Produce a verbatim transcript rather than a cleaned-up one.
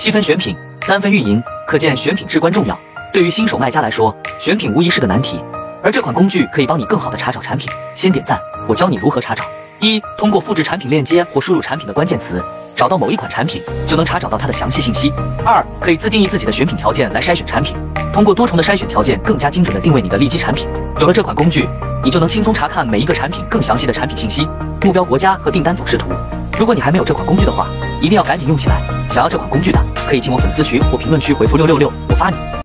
七分选品，三分运营，可见选品至关重要。对于新手卖家来说，选品无疑是个难题，而这款工具可以帮你更好的查找产品。先点赞，我教你如何查找。一、通过复制产品链接或输入产品的关键词，找到某一款产品，就能查找到它的详细信息。二、可以自定义自己的选品条件来筛选产品，通过多重的筛选条件，更加精准的定位你的利基产品。有了这款工具，你就能轻松查看每一个产品更详细的产品信息、目标国家和订单走势图。如果你还没有这款工具的话，一定要赶紧用起来。想要这款工具的，可以进我粉丝群或评论区回复六六六，我发你。